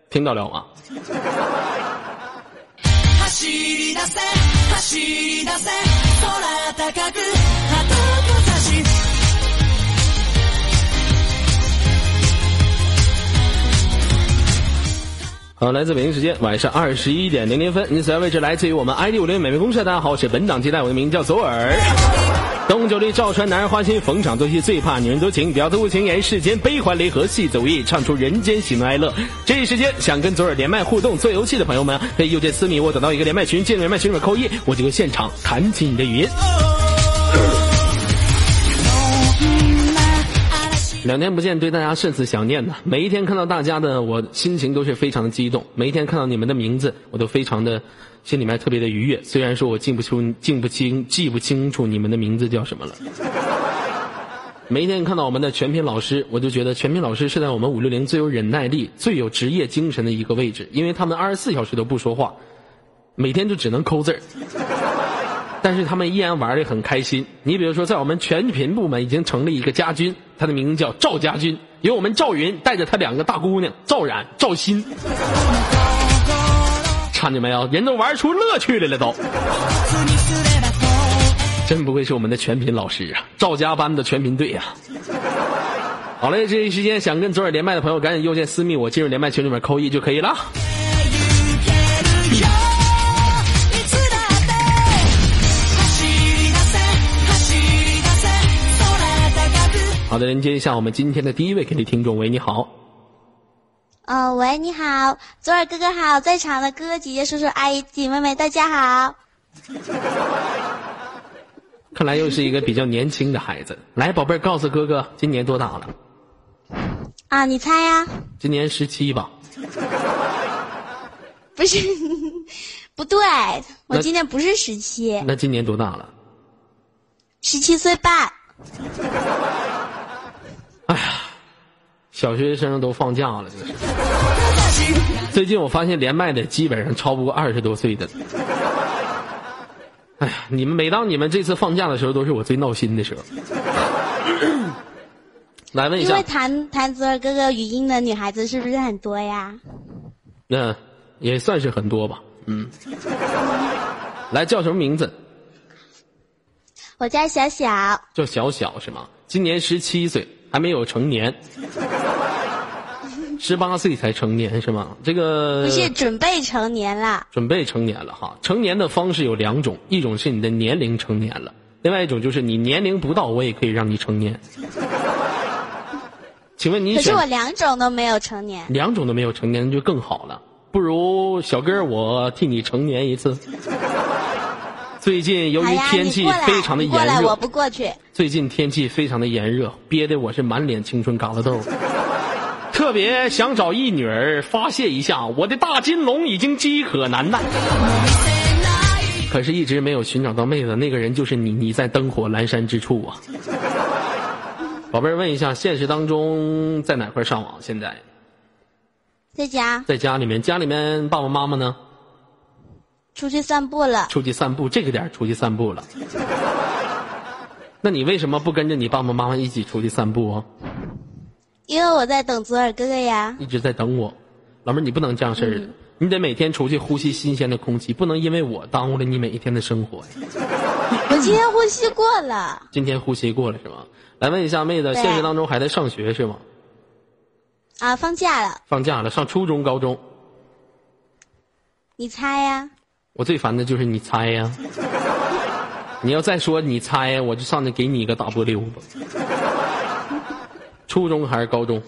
听到了吗？好，来自北京时间晚上21点00分，您所在位置来自于我们 ID50美味公社。大家好，我是本档接待，我的名叫左耳。东九力赵传，男人花心，逢场作戏，最怕女人多情，婊子无情，演世间悲欢离合，戏走意，唱出人间喜怒哀乐。这一时间想跟左耳连麦互动做游戏的朋友们，可以右键私密我找到一个连麦群，进入连麦群里面扣1，我就会现场弹起你的语音。2天不见，对大家甚是想念呢。每一天看到大家的，我心情都是非常的激动。每一天看到你们的名字，我都非常的心里面特别的愉悦。虽然说我记不清楚你们的名字叫什么了。每一天看到我们的全品老师，我就觉得全品老师是在我们560最有忍耐力、最有职业精神的一个位置，因为他们24小时都不说话，每天就只能抠字儿。但是他们依然玩得很开心。你比如说在我们全品部门已经成立一个家军，他的名字叫赵家军，由我们赵云带着他2个大姑娘赵冉赵鑫，看见没有，人都玩出乐趣来了都。真不愧是我们的全品老师啊，赵家班的全品队啊。好嘞，这一时间想跟左耳连麦的朋友赶紧右键私密我，进入连麦群里面扣1就可以了。好的，连接一下我们今天的第一位给力听众。喂，你好。 喂，你好，左耳哥哥好，在场的哥哥姐姐叔叔阿姨姐妹妹大家好。 看来又是一个比较年轻的孩子。来，宝贝儿，告诉哥哥今年多大了？ 啊，你猜呀？ 今年17吧。 不是，不对，我今年不是17。 那今年多大了 ？17岁半。 哎呀，小学生都放假了，这是。最近我发现连麦的基本上超不过20多岁的。哎呀，每当你们这次放假的时候，都是我最闹心的时候。来问一下， 因为弹左耳哥哥语音的女孩子是不是很多呀？ 那也算是很多吧。来，叫什么名字？ 我叫小小。 叫小小是吗？今年17岁，还没有成年。18岁才成年是吗？这个不是准备成年了。准备成年了哈。成年的方式有2种，一种是你的年龄成年了，另外一种就是你年龄不到，我也可以让你成年。请问你可是我2种都没有成年。 2种都没有成年就更好了，不如小哥我替你成年一次。最近由于天气非常的炎热， 你过来我不过去。 最近天气非常的炎热，憋得我是满脸青春疙瘩痘，特别想找一女儿发泄一下，我的大金龙已经饥渴难耐，可是一直没有寻找到妹子，那个人就是你在灯火阑珊之处啊。宝贝儿，问一下，现实当中在哪块上网？现在在家。 在家里面，家里面爸爸妈妈呢？ 出去散步了。 出去散步，这个点出去散步了。那你为什么不跟着你爸爸妈妈一起出去散步啊？ 因为我在等左耳哥哥呀。 一直在等我。老妹儿，你不能这样事儿的，你得每天出去呼吸新鲜的空气，不能因为我耽误了你每一天的生活。 我今天呼吸过了。 今天呼吸过了是吗？来问一下妹子，现实当中还在上学是吗？ 啊，放假了。 放假了，上初中高中？ 你猜呀。 我最烦的就是你猜呀。你要再说你猜，我就上去给你一个大波溜子。初中还是高中？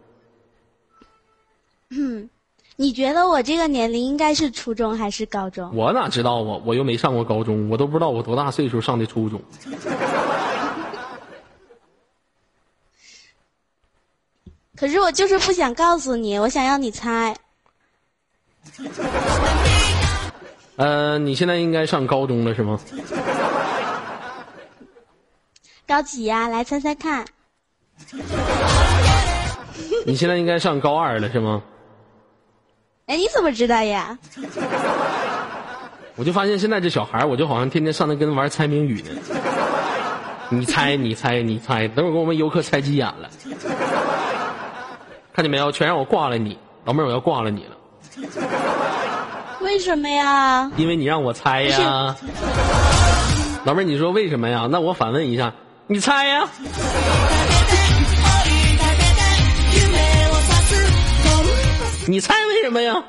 你觉得我这个年龄应该是初中还是高中？ 我哪知道啊，我又没上过高中，我都不知道我多大岁数上的初中。 可是我就是不想告诉你，我想让你猜。 你现在应该上高中了是吗？ 高几呀？来猜猜看。 你现在应该上高2了是吗？ 哎，你怎么知道呀？ 我就发现现在这小孩，我就好像天天上那跟玩猜谜语呢。你猜，你猜，你猜，等会儿给我们游客猜急眼了。看见没有？全让我挂了你。 老妹儿，我要挂了你了。 为什么呀？ 因为你让我猜呀。老妹儿，你说为什么呀？那我反问一下，你猜呀？你猜为什么呀？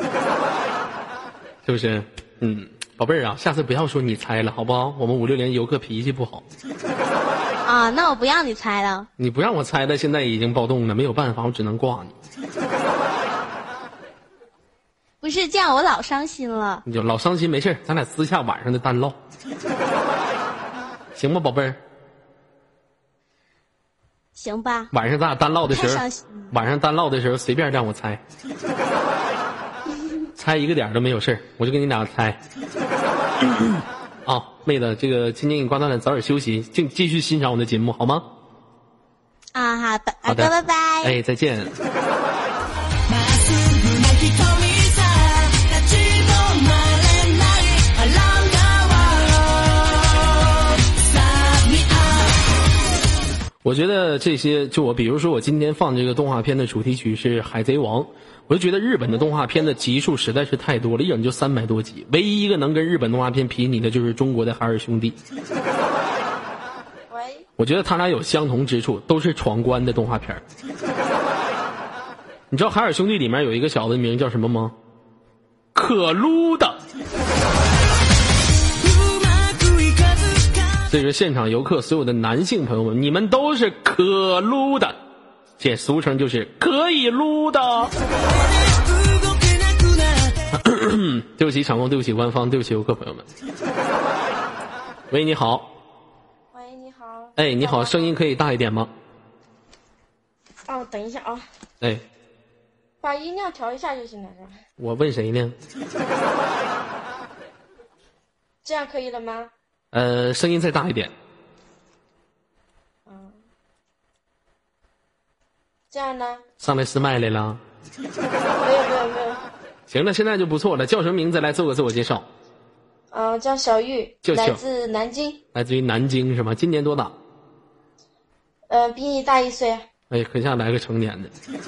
是不是？宝贝儿啊，下次不要说你猜了，好不好？我们560游客脾气不好。 啊，那我不让你猜了。 你不让我猜了，现在已经暴动了，没有办法，我只能挂你。 不是这样，我老伤心了。 你就老伤心，没事，咱俩私下晚上的单唠，行吗，宝贝儿？ 行吧。 晚上咱俩单唠的时候，晚上单唠的时候随便让我猜，猜一个点都没有事，我就跟你俩猜。啊，妹子，这个今天你挂断了，早点休息，继续欣赏我的节目好吗？ 啊，好的， 好的， 拜拜。 哎，再见。我觉得这些，就比如说我今天放这个动画片的主题曲是《海贼王》，我就觉得日本的动画片的集数实在是太多了，一整就300多集，唯一一个能跟日本动画片比拟的就是中国的海尔兄弟。我觉得他俩有相同之处，都是闯关的动画片。你知道海尔兄弟里面有一个小子名叫什么吗？可撸的。所以说现场游客所有的男性朋友们，你们都是可撸的，这俗称就是可以撸的。对不起场控，对不起官方，对不起游客朋友们。喂，你好。 喂，你好。 哎，你好，声音可以大一点吗？ 哦，等一下啊。 哎， 把音量调一下就行了，是吧？ 我问谁呢？ 这样可以了吗？ 声音再大一点。 这样呢？ 上来试麦来了？ 没有。 行了，现在就不错了。叫什么名字？来做个自我介绍。 叫小玉，来自南京。 来自于南京是吗？今年多大？ 比你大1岁。 哎，可下来个成年的。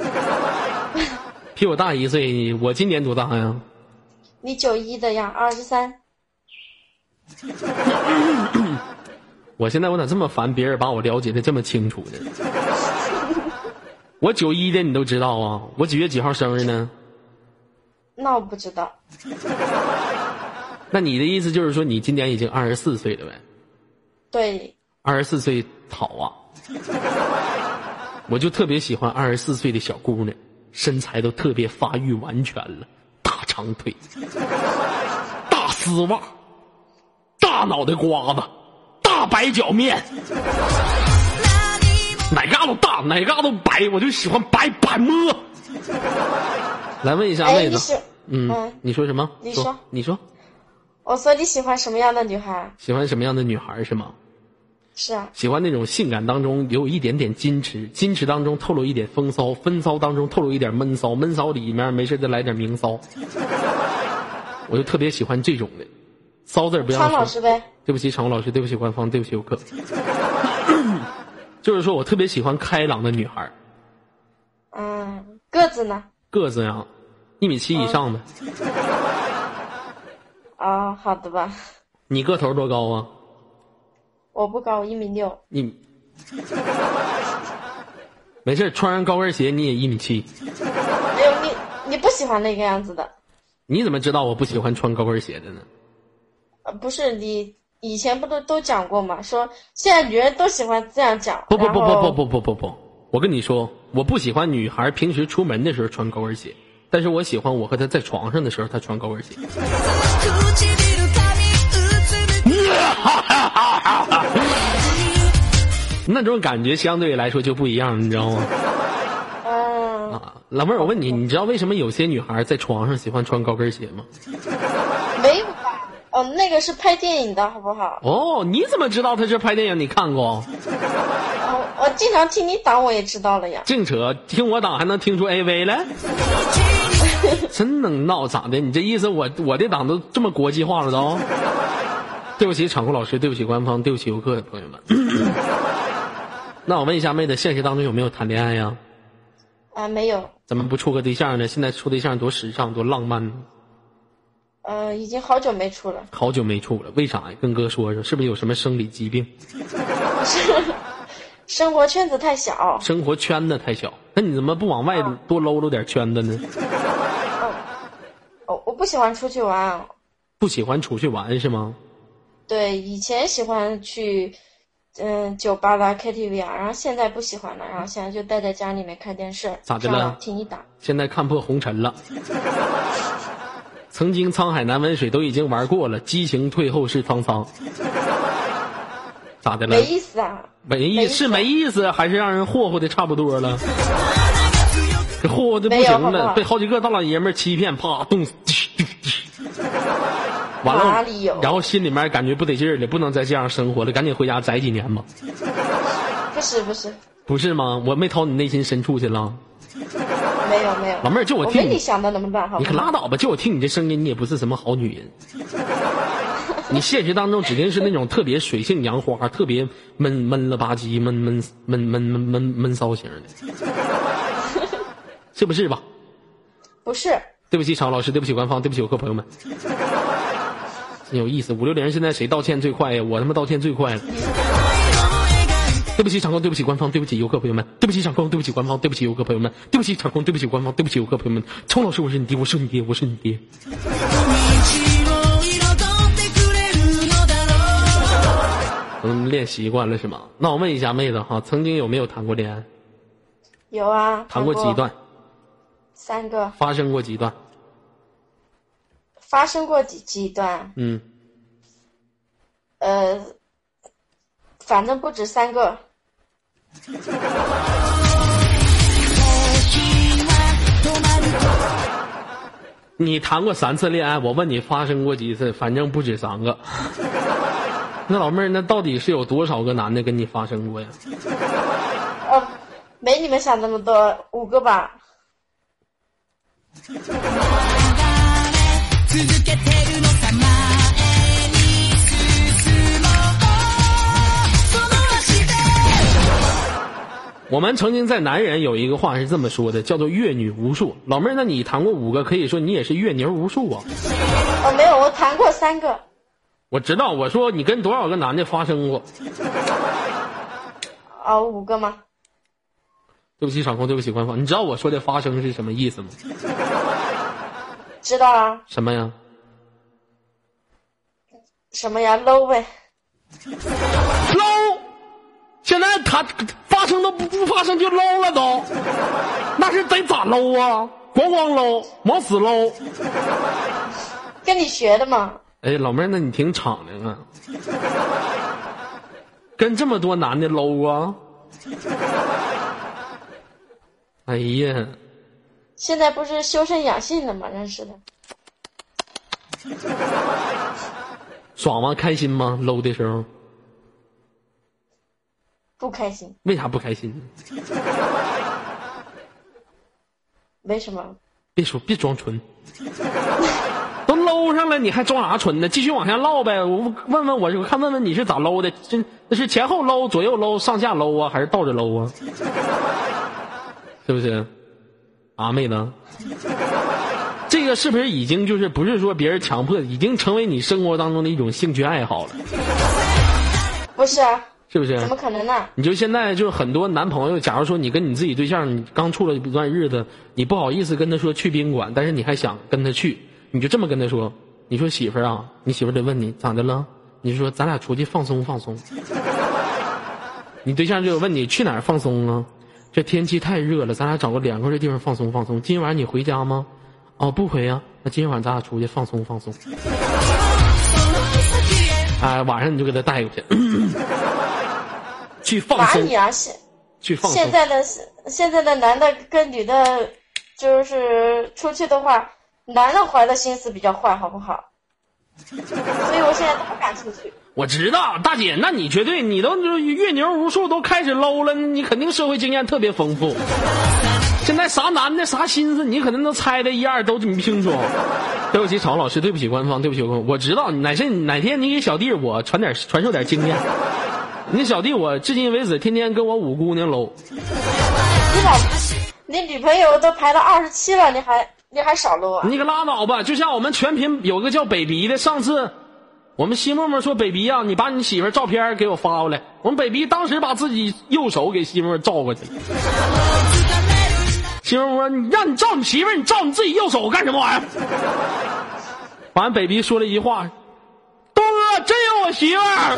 比我大1岁，我今年多大呀？ 你91的呀，23。 我现在我咋这么烦别人把我了解的这么清楚呢？我91的你都知道啊？我几月几号生日呢？ 那我不知道。 那你的意思就是说你今年已经24岁了呗？ 对。 24岁好啊。我就特别喜欢24岁的小姑娘，身材都特别发育完全了，大长腿，大丝袜，大脑袋瓜子，大白脚面，哪嘎都大，哪嘎都白，我就喜欢白摸。来问一下妹子，你说什么？你说。 我说你喜欢什么样的女孩？ 喜欢什么样的女孩是吗？ 是啊。 喜欢那种性感当中有一点点矜持，矜持当中透露一点风骚，风骚当中透露一点闷骚，闷骚里面没事再来点明骚。我就特别喜欢这种的。骚字不要说。 常老师呗。 对不起常老师，对不起官方，对不起游客。就是说我特别喜欢开朗的女孩。 个子呢？ 个子呀，1.7米以上的。 好的吧。 你个头多高啊？ 我不高，我1.6米。 没事，穿上高跟鞋你也1.7米。 没有你不喜欢那个样子的。 你怎么知道我不喜欢穿高跟鞋的呢？ 不是你以前不都讲过吗？说现在女人都喜欢这样讲。 不，我跟你说，我不喜欢女孩平时出门的时候穿高跟鞋，但是我喜欢我和她在床上的时候她穿高跟鞋。那种感觉相对来说就不一样，你知道吗？老妹儿，我问你，你知道为什么有些女孩在床上喜欢穿高跟鞋吗？ 没有吧？那个是拍电影的好不好？ 你怎么知道她是拍电影？你看过？ 我经常听你挡，我也知道了呀。 净扯，听我挡还能听出 AV 来？真能闹，咋的？你这意思我的档都这么国际化了都？对不起场控老师，对不起官方，对不起游客朋友们。那我问一下妹子，现实当中有没有谈恋爱呀？ 啊，没有。 怎么不处个对象呢？现在处对象多时尚多浪漫呢。 已经好久没处了。 好久没处了，为啥呀？跟哥说说，是不是有什么生理疾病？ 生活圈子太小。 生活圈子太小，那你怎么不往外多搂搂点圈子呢？ 我不喜欢出去玩。 不喜欢出去玩是吗？ 对，以前喜欢去酒吧啦 KTV 啊，然后现在不喜欢了，然后现在就待在家里面看电视。 咋的了？ 听你打。 现在看破红尘了。曾经沧海难为水都已经玩过了，激情退后是沧桑。咋的了？ 没意思啊。 没意思，还是让人霍霍的差不多了。这霍霍的不行了，被好几个大老爷们欺骗，啪动，完了，然后心里面感觉不得劲儿了，不能再这样生活了，赶紧回家宅几年吧。不是吗？我没掏你内心深处去了。 没有， 老妹儿，就我听你想的那么大，好。 你可拉倒吧！就我听你这声音，你也不是什么好女人。你现实当中指定是那种特别水性杨花、特别闷了吧唧、闷骚型的，是不是吧？ 不是。 对不起，常老师，对不起官方，对不起游客朋友们。真有意思，560现在谁道歉最快呀？我他妈道歉最快了。对不起场控，对不起官方，对不起游客朋友们，对不起场控，对不起官方，对不起游客朋友们，对不起场控，对不起官方，对不起游客朋友们。冲老师，我是你爹，我是你爹，我是你爹。练习惯了是吗？那我问一下妹子哈，曾经有没有谈过恋爱？ 有啊。 谈过几段 ？3个。 发生过几段？ 发生过几段？反正不止3个。 你谈过3次恋爱，我问你发生过几次？反正不止3个。那老妹儿，那到底是有多少个男的跟你发生过呀？ 没你们想那么多，5个吧。 我们曾经在男人有一个话是这么说的，叫做阅女无数。老妹儿，那你谈过5个，可以说你也是阅牛无数啊。 没有，我谈过3个。 我知道，我说你跟多少个男的发生过 ？5个吗？ 对不起场控，对不起官方，你知道我说的发生是什么意思吗？ 知道啊。 什么呀？ 什么呀 ？low 呗。 low。现在他发生都不发生就 low 了都，那是得咋 low 啊？咣咣 low， 往死 low。 跟你学的嘛。 哎，老妹儿，那你挺敞亮啊，跟这么多男的 low 啊。哎呀， 现在不是修身养性的吗？认识的。 爽吗？开心吗 ？low 的时候。 不开心。 为啥不开心？ 没什么。 别说，别装纯。都搂上了，你还装啥纯呢？继续往下唠呗。我问问你是咋搂的？那是前后搂、左右搂、上下搂啊，还是倒着搂啊？是不是？啊，妹子，这个是不是已经就是不是说别人强迫，已经成为你生活当中的一种兴趣爱好了？ 不是啊。 是不是？ 怎么可能呢？ 你就现在就是很多男朋友，假如说你跟你自己对象，你刚处了一段日子，你不好意思跟他说去宾馆，但是你还想跟他去，你就这么跟他说，你说媳妇儿啊，你媳妇儿得问你咋的了，你说咱俩出去放松放松。你对象就问你去哪儿放松啊？这天气太热了，咱俩找个凉快的地方放松放松。今晚你回家吗？哦，不回啊。那今晚咱俩出去放松放松。哎，晚上你就给他带过去。去放松你啊！ 去放松。 现在的男的跟女的，就是出去的话，男的怀的心思比较坏，好不好？所以我现在都不敢出去。 我知道，大姐，那你绝对你都阅牛无数，都开始 low 了，你肯定社会经验特别丰富。现在啥男的啥心思，你可能都猜的一二都不清楚。对不起，曹老师，对不起官方，对不起我知道，哪天你给小弟我传授点经验。你小弟我至今为止天天跟我5姑娘搂。 你女朋友都排到27了，你还少搂啊？ 你可拉倒吧！就像我们全频有个叫北鼻的，上次我们西沫沫说北鼻啊，你把你媳妇照片给我发过来。我们北鼻当时把自己右手给西沫沫照过去。西沫沫说：“你让你照你媳妇，你照你自己右手干什么玩意儿？”完，北鼻说了一句话：“东哥真有我媳妇儿。”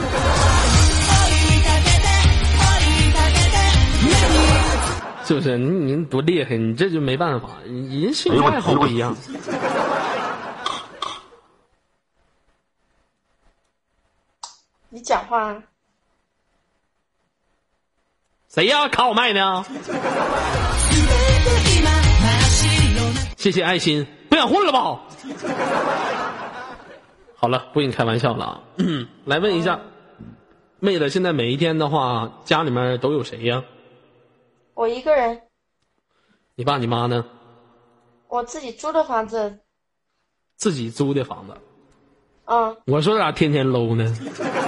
是不是？你多厉害？你这就没办法，人兴趣爱好不一样。 你讲话。 谁呀？卡我麦呢？谢谢爱心，不想混了吧？好了，不跟你开玩笑了啊。来问一下，妹子，现在每一天的话，家里面都有谁呀？ 我一个人。 你爸你妈呢？ 我自己租的房子。 自己租的房子。 嗯。 我说咋天天搂呢？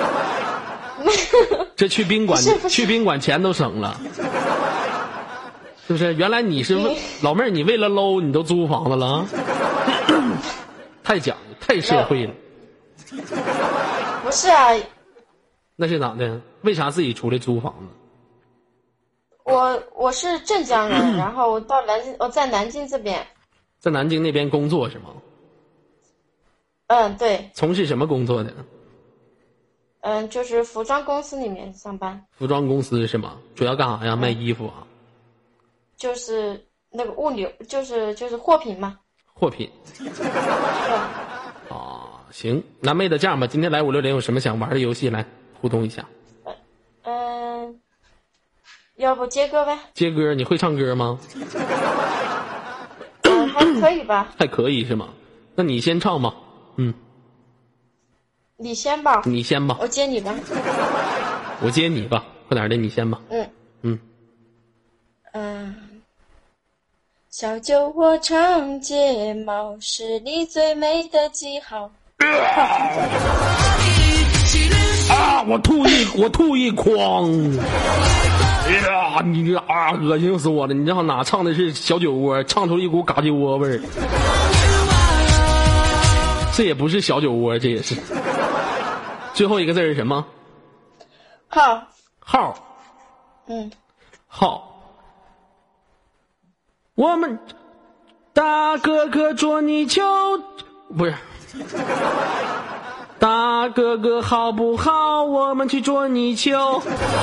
这去宾馆去宾馆钱都省了，是不是？原来你是老妹儿，你为了搂你都租房子了啊？太讲究，太社会了。 不是啊。 那是咋的？为啥自己出来租房子？ 我是镇江人，然后我到南京，我在南京这边。 在南京那边工作是吗？ 嗯，对。 从事什么工作的？ 就是服装公司里面上班。 服装公司是吗？主要干啥呀？卖衣服啊？ 就是那个物流，就是货品嘛。货品。 啊，行，那妹子这样吧，今天来560有什么想玩的游戏来互动一下？ 要不接歌呗？ 接歌，你会唱歌吗？ 还可以吧。 还可以是吗？那你先唱吧。 你先吧。 你先吧。 我接你吧。 我接你吧，快点的，你先吧。 小酒窝长睫毛，是你最美的记号。 啊！我吐一筐。哎呀，你啊，恶心死我了！你这哪唱的是小酒窝，唱出一股嘎叽窝味儿。这也不是小酒窝，这也是。最后一个字是什么？ 号。 号。我们大哥哥捉泥鳅，不是。大哥哥好不好？我们去捉泥鳅。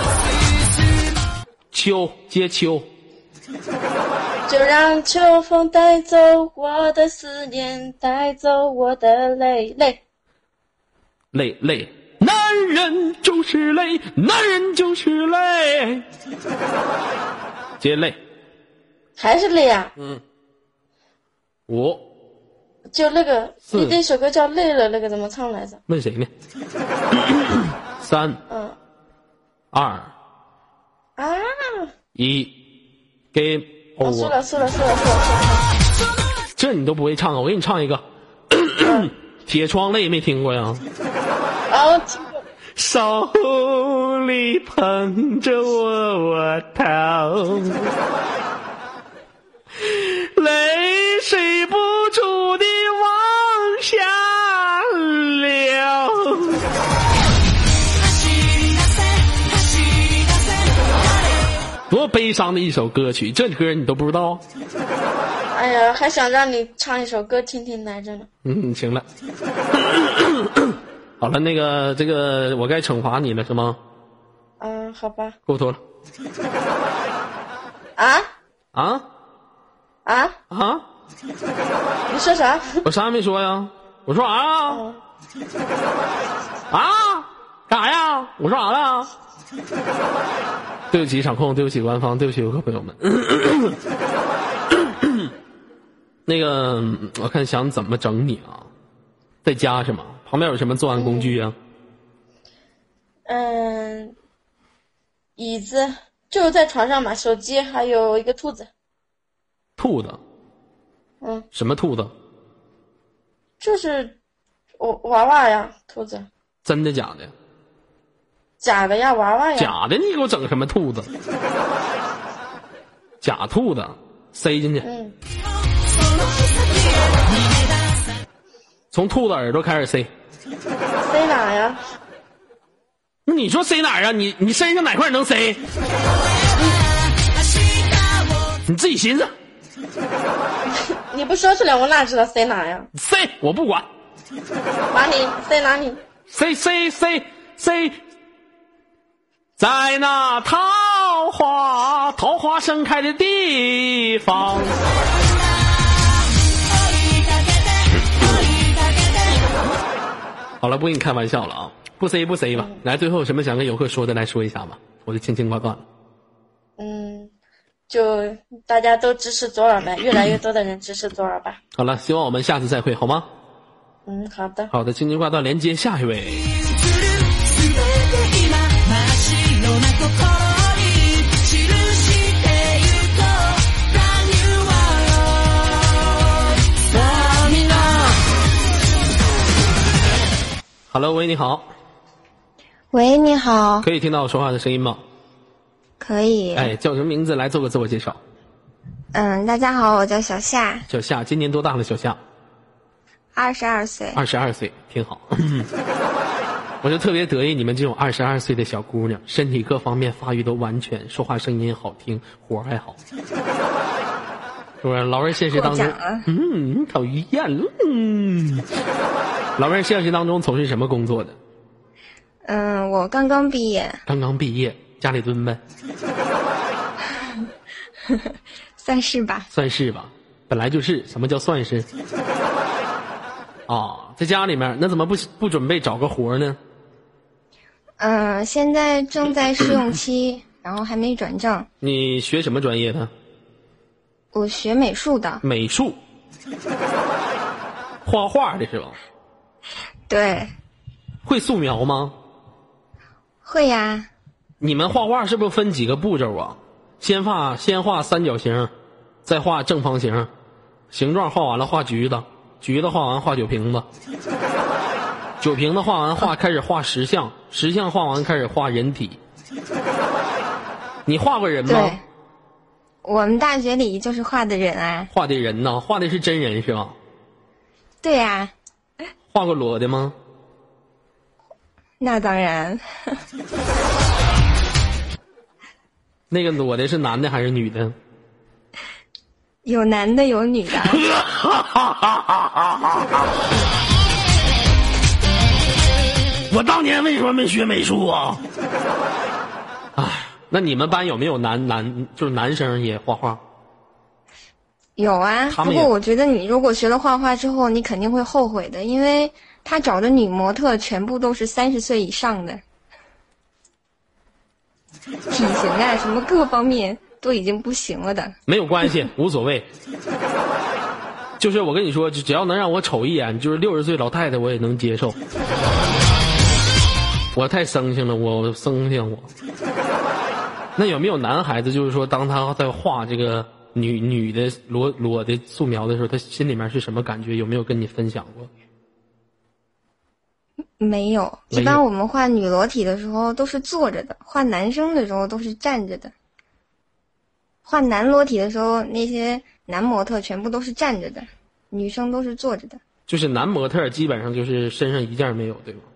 秋接秋。 就让秋风带走我的思念，带走我的泪。 泪。男人就是累，男人就是累。接累。 还是累啊？ 我就那个，你那首歌叫累了，那个怎么唱来着？ 问谁呢？3、2、1 ，Game over。 输了。 这你都不会唱啊？我给你唱一个。铁窗泪没听过呀？ 听过。 手里捧着窝头，泪水不住地往下流。多悲伤的一首歌曲，这歌你都不知道？ 哎呀，还想让你唱一首歌听听来着呢。 行了。好了，那个这个我该惩罚你了是吗？ 好吧。 给我脱了。 你说啥？ 我啥也没说呀。我说啥呀？干啥呀？我说啥了？对不起场控，对不起官方，对不起游客朋友们。那个我看想怎么整你啊？在家是吗？旁边有什么作案工具啊？ 椅子，就在床上嘛，手机，还有一个兔子。 兔子？什么兔子？ 就是娃娃呀，兔子。 真的假的？ 假的呀，娃娃呀。 假的，你给我整什么兔子？假兔子， 塞进去。从兔子耳朵开始塞。 塞哪呀？ 那你说塞哪儿啊？你身上哪块能塞？你自己寻思。 你不说出来，我哪知道塞哪呀？ 塞，我不管。 哪里塞哪里？ 塞，在那桃花盛开的地方。好了，不跟你开玩笑了啊，不塞吧。来，最后有什么想跟游客说的，来说一下吧，我就轻轻挂断了。 就大家都支持左耳呗，越来越多的人支持左耳吧。 好了，希望我们下次再会，好吗？ 好的。 好的，轻轻挂断，连接下一位。Hello， 喂，你好。 喂，你好。 可以听到我说话的声音吗？ 可以。 哎，叫什么名字？来做个自我介绍。 大家好，我叫小夏。 小夏，今年多大了？小夏 22岁。 22岁，挺好。我就特别得意你们这种22岁的小姑娘，身体各方面发育都完全，说话声音也好听，活还好。是不是？老人现实当中，讨厌了。老妹儿现实当中从事什么工作的？ 我刚刚毕业。 刚刚毕业，家里蹲呗。 算是吧。 算是吧，本来就是。什么叫算是？在家里面，那怎么不准备找个活呢？ 现在正在试用期，然后还没转正。 你学什么专业的？ 我学美术的。 美术。画画的是吧？ 对。 会素描吗？ 会呀。 你们画画是不是分几个步骤啊？先画三角形，再画正方形，形状画完了画橘子，橘子画完画酒瓶子，酒瓶子画完开始画石像，石像画完开始画人体。你画过人吗？ 对，我们大学里就是画的人啊。 画的人呢？画的是真人是吧？ 对呀。 画过裸的吗？ 那当然。 那个裸的是男的还是女的？ 有男的有女的。 我当年为什么没学美术啊？那你们班有没有就是男生也画画？ 有啊，不过我觉得你如果学了画画之后，你肯定会后悔的，因为他找的女模特全部都是30岁以上的，体型啊什么各方面都已经不行了的。 没有关系，无所谓。就是我跟你说，只要能让我瞅一眼，就是60岁老太太我也能接受。我太生性了，我生性我。那有没有男孩子，就是说当他在画这个女的裸的素描的时候，他心里面是什么感觉？有没有跟你分享过？ 没有，一般我们画女裸体的时候都是坐着的，画男生的时候都是站着的。画男裸体的时候，那些男模特全部都是站着的，女生都是坐着的。就是男模特基本上就是身上一件没有，对吗？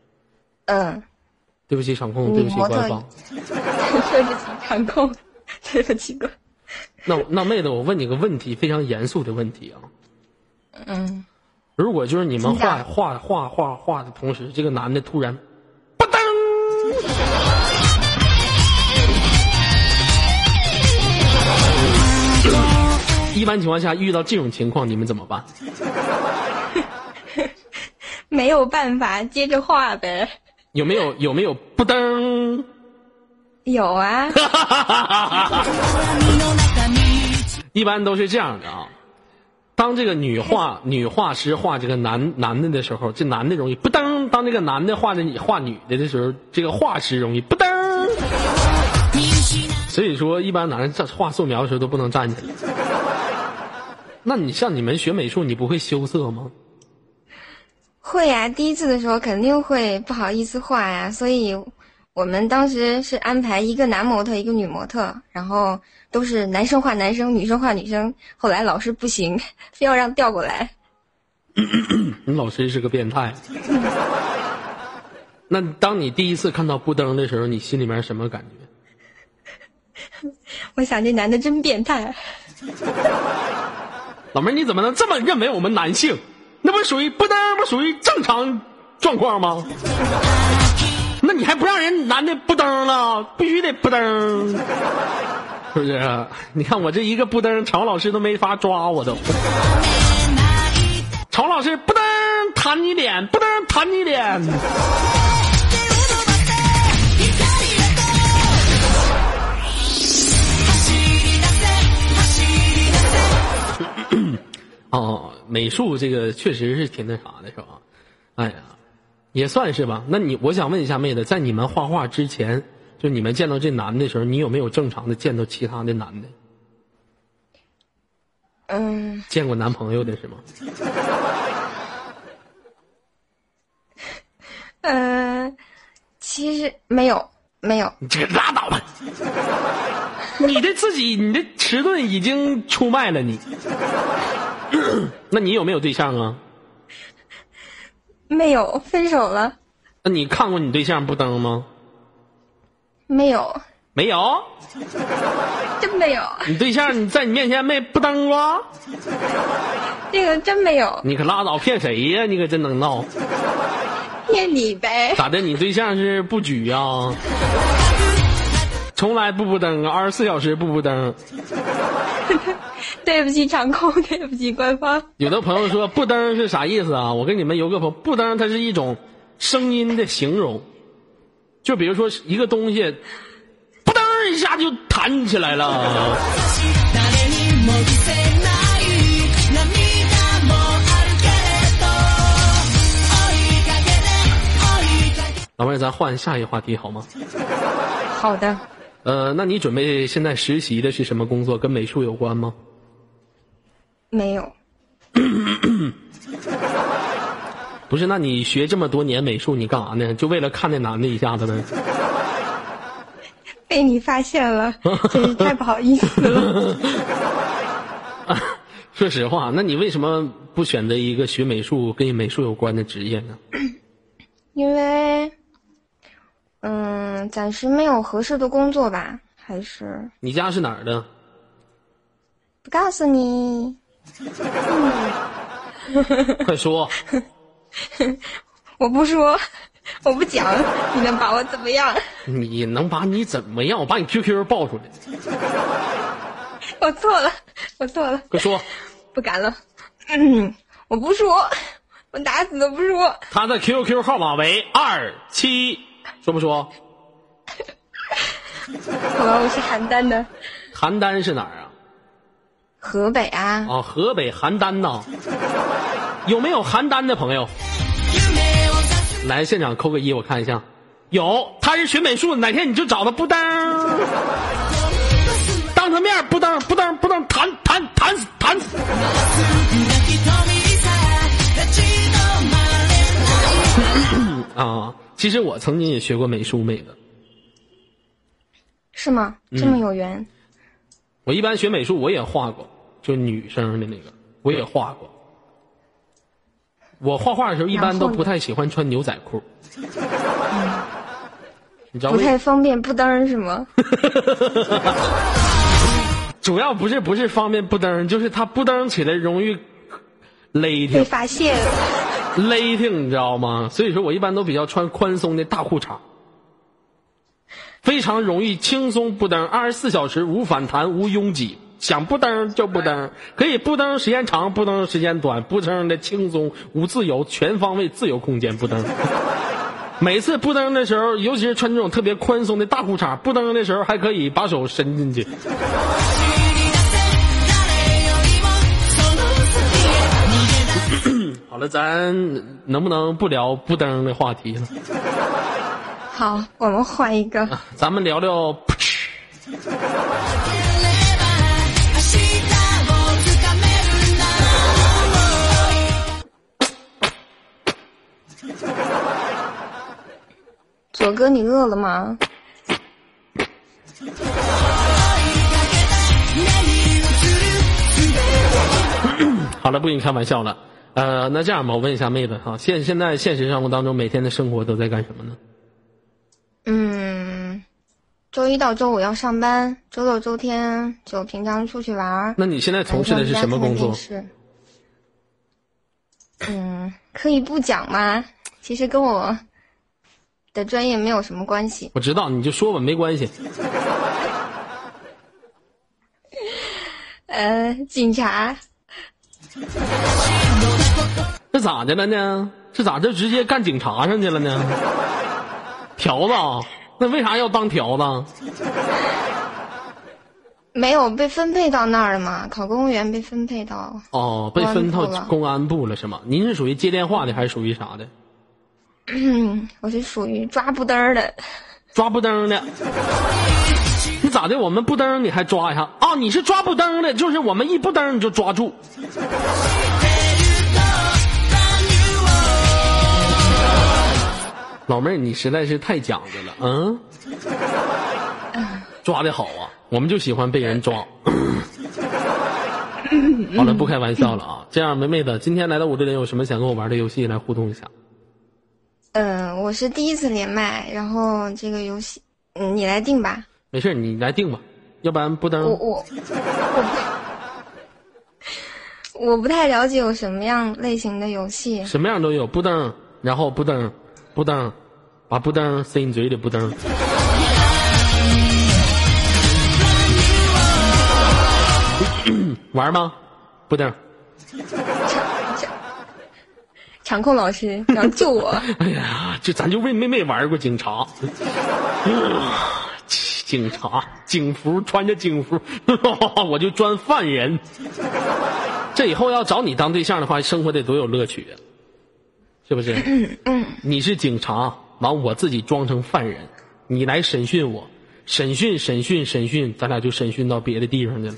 对不起场控，对不起官方。 对不起场控，对不起哥。 那妹子，我问你个问题，非常严肃的问题啊。如果就是你们画的同时，这个男的突然，吧噔，一般情况下遇到这种情况，你们怎么办？ 没有办法，接着画呗。 有没有不噔？ 有啊。 一般都是这样的啊。当这个女画师画这个男的的时候，这男的容易不噔；当这个男的画女的时候，这个画师容易不噔。所以说，一般男人画素描的时候都不能站起来。那你像你们学美术，你不会羞涩吗？ 会呀，第一次的时候肯定会不好意思画呀，所以我们当时是安排一个男模特一个女模特，然后都是男生画男生，女生画女生。后来老师不行，非要让调过来。 你老师是个变态。那当你第一次看到布登的时候，你心里面什么感觉？ 我想这男的真变态。 老妹儿，你怎么能这么认为我们男性？那不属于布登，不属于正常状况吗？那你还不让人男的布登了？必须得布登，是不是啊？你看我这一个布登，常老师都没法抓我都。常老师布登弹你脸，布登弹你脸。哦，美术这个确实是挺那啥的，是吧？哎呀，也算是吧。那我想问一下妹子，在你们画画之前，就你们见到这男的时候，你有没有正常的见到其他的男的？见过男朋友的是吗？ 其实没有。 你这个拉倒吧！你的迟钝已经出卖了你。那你有没有对象啊？ 没有，分手了。 那你看过你对象布登吗？ 没有。 没有？ 真没有。 你对象你在你面前没布登过？ 这个真没有。 你可拉倒，骗谁呀？你可真能闹。 骗你呗。 咋的？你对象是不举啊？从来不登，24小时不登。 对不起场控，对不起官方。 有的朋友说不登是啥意思啊？我跟你们有个朋友，不登它是一种声音的形容，就比如说一个东西不登一下就弹起来了。老妹儿，咱换下一个话题好吗？ 好的。 那你准备现在实习的是什么工作？跟美术有关吗？ 没有。 不是，那你学这么多年美术，你干啥呢？就为了看那男的一下子呗？ 被你发现了，真是太不好意思了。 说实话，那你为什么不选择一个学美术跟美术有关的职业呢？ 因为暂时没有合适的工作吧，还是。 你家是哪儿的？ 不告诉你。 快说。 我不说，我不讲，你能把我怎么样？ 你能把你怎么样？我把你 QQ 报出来。 我错了。 快说。 不敢了。我不说，我打死都不说。 他的 QQ 号码为27，说不说？ 好吧，我是邯郸的。 邯郸是哪儿啊？ 河北啊。 哦，河北邯郸呐。有没有邯郸的朋友？来现场扣个1，我看一下。有，他是学美术的，哪天你就找他不登，当他面不登弹死。啊，其实我曾经也学过美术，妹子。 是吗？这么有缘。 我一般学美术我也画过，就女生的那个我也画过。我画画的时候一般都不太喜欢穿牛仔裤。你知道不太方便不登是吗？ 主要不是方便不登，就是它不登起来容易勒挺， 被发现勒挺，你知道吗？所以说我一般都比较穿宽松的大裤衩，非常容易轻松不登，24小时无反弹无拥挤，想不登就不登，可以不登时间长不登时间短，不登的轻松无自由，全方位自由空间不登。每次不登的时候，尤其是穿这种特别宽松的大裤衩，不登的时候还可以把手伸进去。好了，咱能不能不聊不登的话题了？ 好，我们换一个。 咱们聊聊。 左哥，你饿了吗？ 好了，不跟你开玩笑了。那这样吧，我问一下妹子哈，现在现实生活当中每天的生活都在干什么呢？ 周一到周五要上班，周六周天就平常出去玩。 那你现在从事的是什么工作？ 可以不讲吗？其实跟我的专业没有什么关系。 我知道，你就说吧，没关系。 警察。 这咋的了呢？这咋就直接干警察上去了呢？条子啊？那为啥要当条子？ 没有被分配到那儿了吗？考公务员被分配到被分到公安部了是吗？您是属于接电话的还是属于啥的？ 我是属于抓不登的。 抓不登的。你咋的？我们不登你还抓一下啊？你是抓不登的，就是我们一不登你就抓住。老妹儿，你实在是太讲究了，抓得好啊，我们就喜欢被人抓。好了，不开玩笑了啊。这样，妹子，今天来到我这里有什么想跟我玩的游戏来互动一下？ 我是第一次连麦，然后这个游戏，你来定吧。 没事，你来定吧，要不然不登。 我不太了解有什么样类型的游戏。 什么样都有，不登，然后不登。不登，把不登塞你嘴里，不登。玩吗？不登。 场控老师，你要救我！ 哎呀，咱就没玩过警察。警察，警服，穿着警服，我就专犯人。这以后要找你当对象的话，生活得多有乐趣啊！是不是？你是警察，完我自己装成犯人，你来审讯我，审讯，咱俩就审讯到别的地方去了。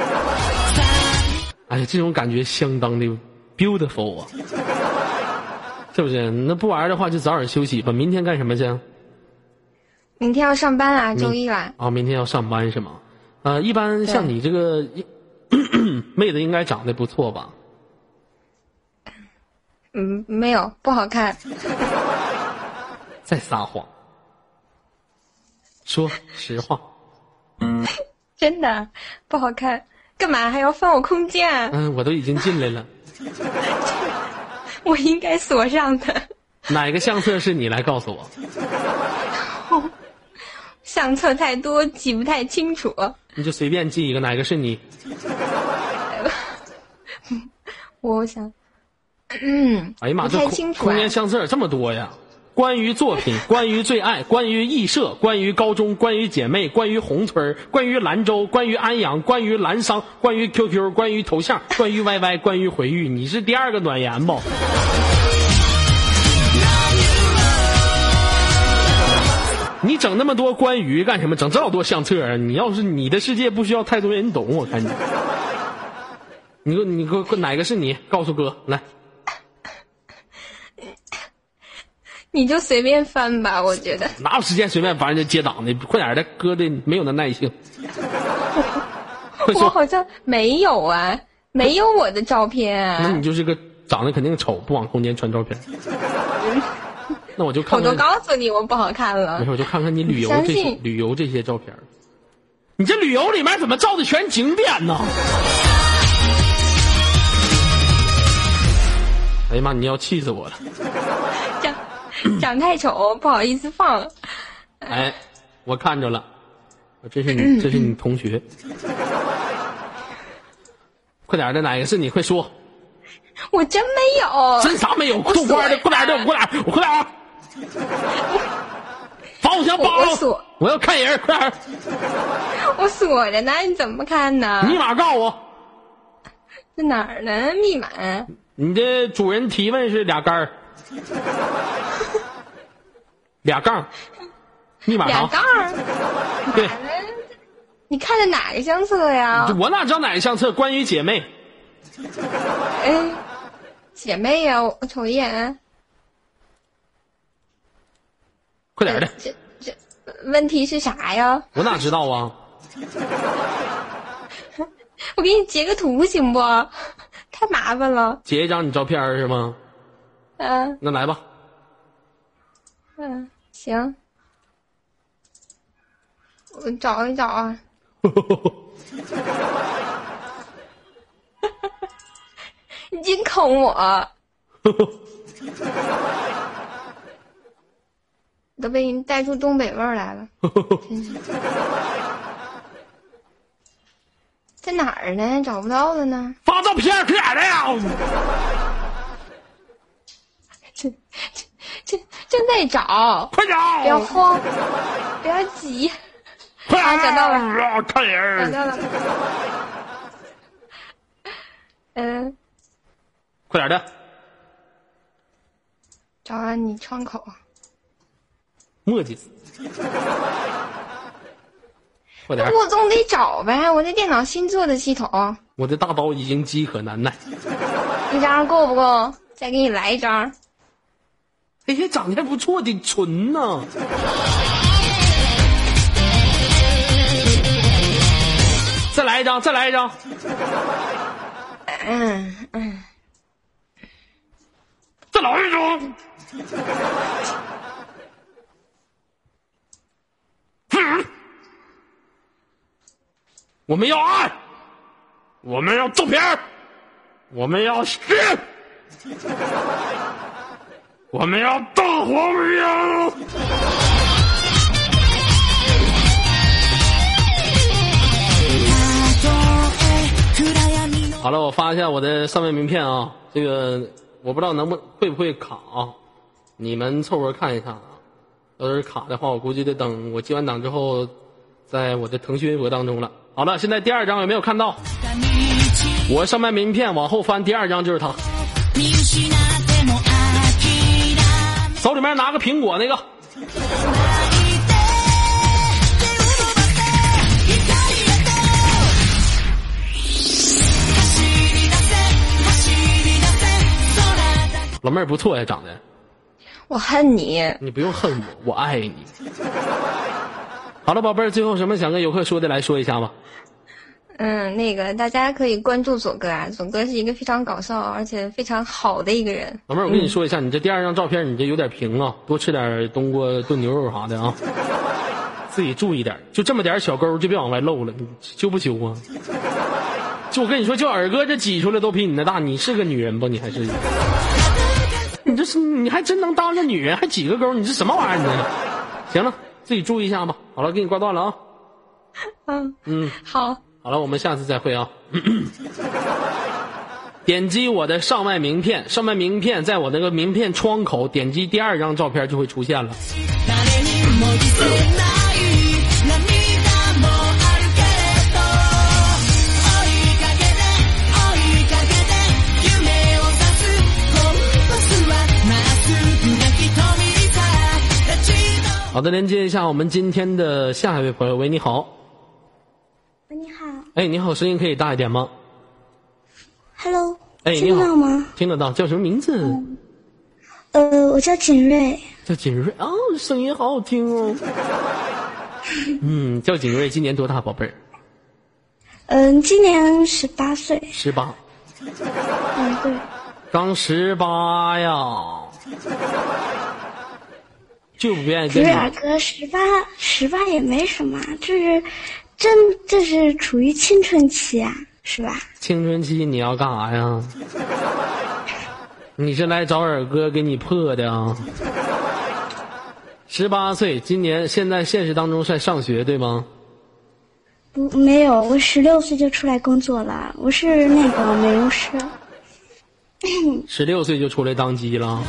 哎呀，这种感觉相当的 beautiful 啊，是不是？那不玩的话就早点休息吧。明天干什么去？ 明天要上班啊，周一啦。 明天要上班是吗？一般像你这个妹子应该长得不错吧？ 没有，不好看。 再撒谎，说实话。 真的不好看，干嘛还要翻我空间啊？ 我都已经进来了。 我应该锁上的。 哪个相册是你来告诉我？ 相册太多，记不太清楚。 你就随便记一个，哪个是你？ 我想。 哎呀妈，这空间相册这么多呀！关于作品，关于最爱，关于艺社，关于高中，关于姐妹，关于红村，关于兰州，关于安阳，关于兰商，关于 QQ， 关于头像，关于 YY， 关于回忆。你是第二个暖言不？你整那么多关于干什么？整这么多相册啊？你要是你的世界不需要太多人懂，我看你。你给我哪个是你？告诉哥来。 你就随便翻吧，我觉得。 哪有时间随便翻就接档的？快点的，哥的没有那耐性。 我好像没有啊，没有我的照片啊。 那你就是个长得肯定丑，不往空间传照片。那我就看看。 我都告诉你我不好看了。 没事，我就看看你旅游这些照片。你这旅游里面怎么照的全景点呢？哎呀妈，你要气死我了！ 长太丑，不好意思放。 哎，我看着了，这是你同学。快点的，哪个是你？快说！ 我真没有。 真啥没有？豆花的，快点的，我快点！防火墙扒了！我要看人，快点！ 我锁着呢，你怎么看呢？ 密码告诉我。 在哪儿呢？密码？ 你的主人提问是俩杆俩杠，密码俩杠。 对。 你看的哪个相册呀？ 我哪知道哪个相册？关于姐妹。 哎，姐妹呀，我瞅一眼。 快点的。 这问题是啥呀？ 我哪知道啊？ 我给你截个图行不？太麻烦了。 截一张你照片是吗？ 嗯。 那来吧。 嗯，行。我找一找啊。你净坑我。都被你带出东北味儿来了。真是。在哪儿呢？找不到了呢。 发照片可哪的呀？ 正在找， 快找！ 不要慌，不要急。 快啊，找到了， 看人。 找到了。嗯， 快点的。 找完你窗口。 磨叽死。快点！ 我总得找呗，我这电脑新做的系统。 我的大刀已经饥渴难耐。 一张够不够？再给你来一张。 哎呀，长得还不错的纯呢。再来一张，再来一张。再来一张。我们要爱，我们要照片，我们要血，我们要大黄油。好了，我发一下我的上面名片啊，这个我不知道会不会卡啊，你们凑合看一看啊。要是卡的话，我估计得等我接完档之后，在我的腾讯微博当中了。好了，现在第二张有没有看到？我上面名片往后翻，第二张就是他。手里面拿个苹果那个。老妹儿不错呀，长得。 我恨你。 你不用恨我，我爱你。好了，宝贝儿，最后什么想跟游客说的，来说一下吧。 那个大家可以关注左哥啊，左哥是一个非常搞笑而且非常好的一个人。 老妹儿，我跟你说一下，你这第二张照片，你这有点平啊，多吃点冬瓜炖牛肉啥的啊，自己注意点，就这么点小沟就别往外露了，你羞不羞啊？就我跟你说，就耳哥这挤出来都比你那大，你是个女人不？你还是？你这是你还真能当个女人，还挤个沟，你这什么玩意儿呢？行了，自己注意一下吧。好了，给你挂断了啊。 好。 好了，我们下次再会啊。点击我的上麦名片，上麦名片在我那个名片窗口点击第二张照片就会出现了。好的，连接一下我们今天的下一位朋友。喂，你好。 喂，你好。 哎，你好，声音可以大一点吗 ？Hello。 哎， 听得到吗？ 听得到。叫什么名字？ 我叫景瑞。 叫景瑞啊，声音好好听哦。叫景瑞，今年多大，宝贝儿？今年18岁。 18。 对。 刚18呀。就不愿意跟你。 不是哥，18也没什么，这是处于青春期啊，是吧？ 青春期你要干啥呀？你是来找耳哥给你破的啊？18岁，今年现在现实当中在上学对吗？ 没有，我16岁就出来工作了，我是那个美容师。 16岁就出来当鸡了？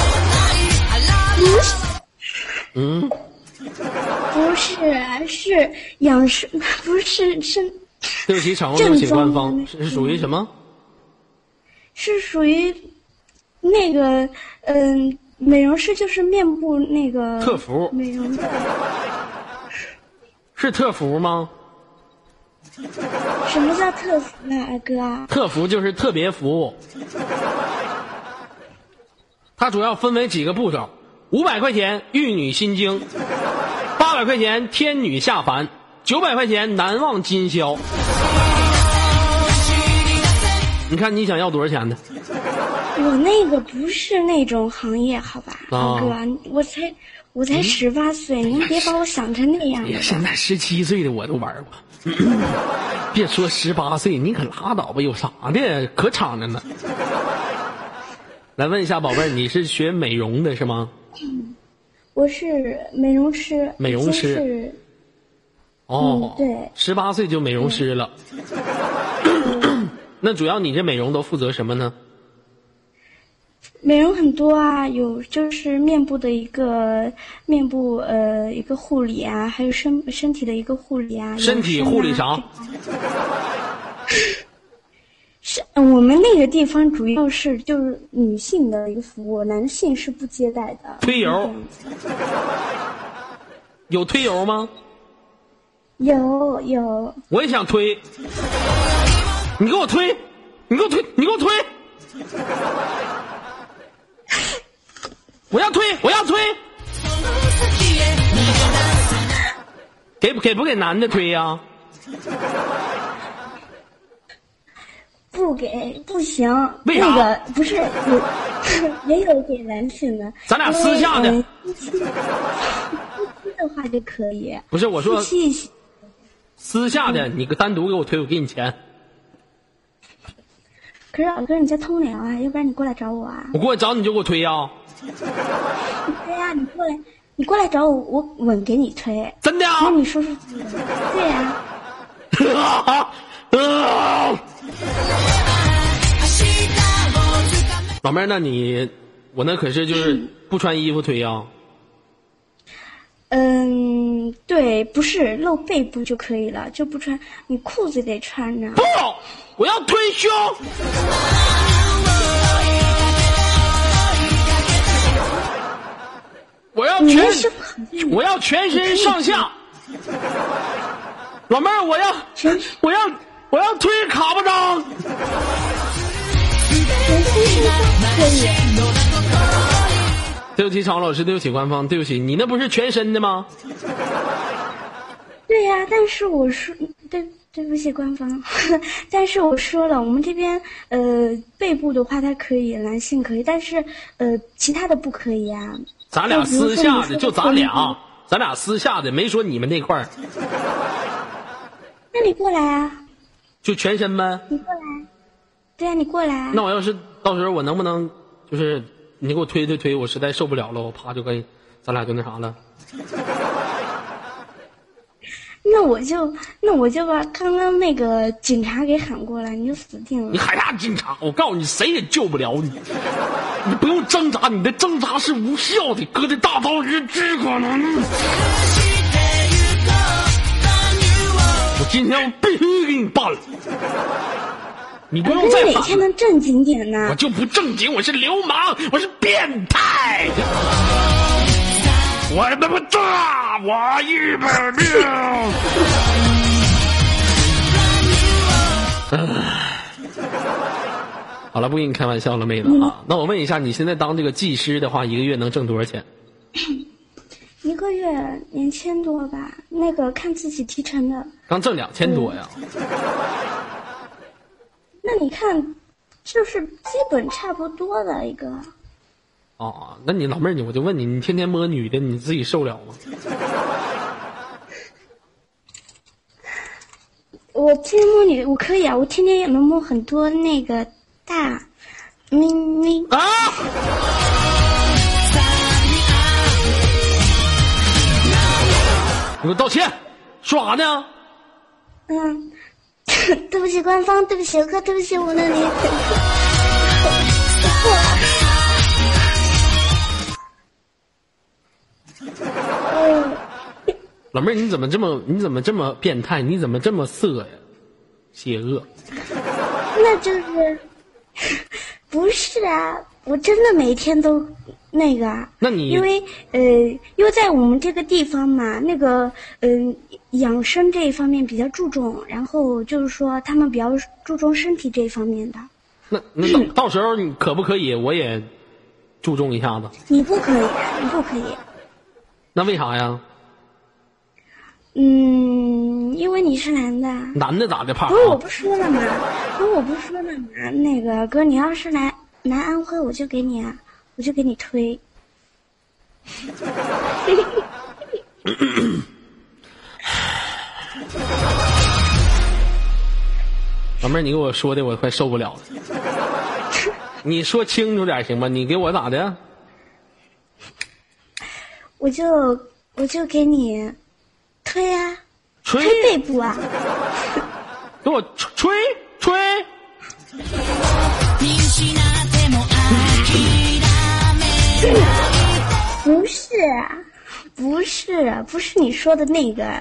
不是，是养生，不是。 对不起，场控，对不起，官方是属于什么？ 是属于那个美容师，就是面部那个特服美容的。 是特服吗？ 什么叫特服呢，二哥？ 特服就是特别服务，它主要分为几个步骤：500块钱玉女心经，800块钱天女下凡，900块钱难忘今宵。 你看你想要多少钱的？ 我那个不是那种行业，好吧，老哥，我才18岁，您别把我想成那样。 现在17岁的我都玩过，别说18岁，你可拉倒吧，有啥的？可敞着呢。来问一下宝贝儿，你是学美容的是吗？ 我是美容师。 美容师。哦， 对 ，18岁就美容师了。那主要你这美容都负责什么呢？ 美容很多啊，有就是面部的一个一个护理啊，还有身体的一个护理啊。 身体护理啥？ 是我们那个地方主要是就是女性的一个服务，男性是不接待的。 推油？有推油吗？ 有。 我也想推，你给我推，你给我推，你给我推。我要推，我要推。给不给男的推呀？ 不给，不行。 为啥？ 那个不是也有给男性的。 咱俩私下的。 夫妻的话就可以。 不是我说。 私下的，你单独给我推，我给你钱。 可是老哥，你在通辽啊，要不然你过来找我啊？ 我过来找你就给我推呀。 对呀，你过来找我，我稳给你推。 真的啊？ 那你说说。对呀。 老妹儿，那我那可是就是不穿衣服推呀。 对，不是露背部就可以了，就不穿，你裤子得穿着。 不，我要推胸。我要全身上下。老妹儿，我要推卡巴掌。对不起，常老师，对不起官方，对不起，你那不是全身的吗？ 对呀，但是我说对不起官方，但是我说了，我们这边背部的话它可以，男性可以，但是其他的不可以啊。 咱俩私下的，就咱俩私下的，没说你们那块儿。 那你过来啊。 就全身呗。 你过来。对啊，你过来啊。 那我要是到时候我能不能就是你给我推，我实在受不了了，我啪就跟咱俩就那啥了。 那我就把刚刚那个警察给喊过来，你就死定了。 你喊啥警察？我告诉你，谁也救不了你。你不用挣扎，你的挣扎是无效的。哥的大刀是只可能。我今天必须给你办了。你不用再喊了。你哪天能正经点呢？ 我就不正经，我是流氓，我是变态。我他妈炸！我100命！好了，不跟你开玩笑了，妹子啊。那我问一下，你现在当这个技师的话，一个月能挣多少钱 ？1个月2000多吧，那个看自己提成的。 刚挣2000多呀？ 那你看，就是基本差不多的一个。 哦，那你老妹儿，我就问你，你天天摸女的，你自己受了吗？ 我天天摸女的，我可以啊，我天天也能摸很多那个大咪咪啊！你给我道歉，说啥呢？ 对不起官方，对不起哥，对不起我的脸。 老妹儿，你怎么这么变态？你怎么这么色呀？邪恶。 那就是不是啊？我真的每天都那个啊。 那你因为在我们这个地方嘛，那个养生这一方面比较注重，然后就是说他们比较注重身体这一方面的。 那到时候你可不可以我也注重一下子？ 你不可以，你不可以。 那为啥呀？ 因因为你是男的。 男的咋的怕？ 不是我不说了吗？那个哥，你要是来安徽，我就给你推。 老妹儿，你给我说的我快受不了了。你说清楚点行吗？你给我咋的？ 我就给你推啊， 吹背部啊， 给我吹。 不是你说的那个，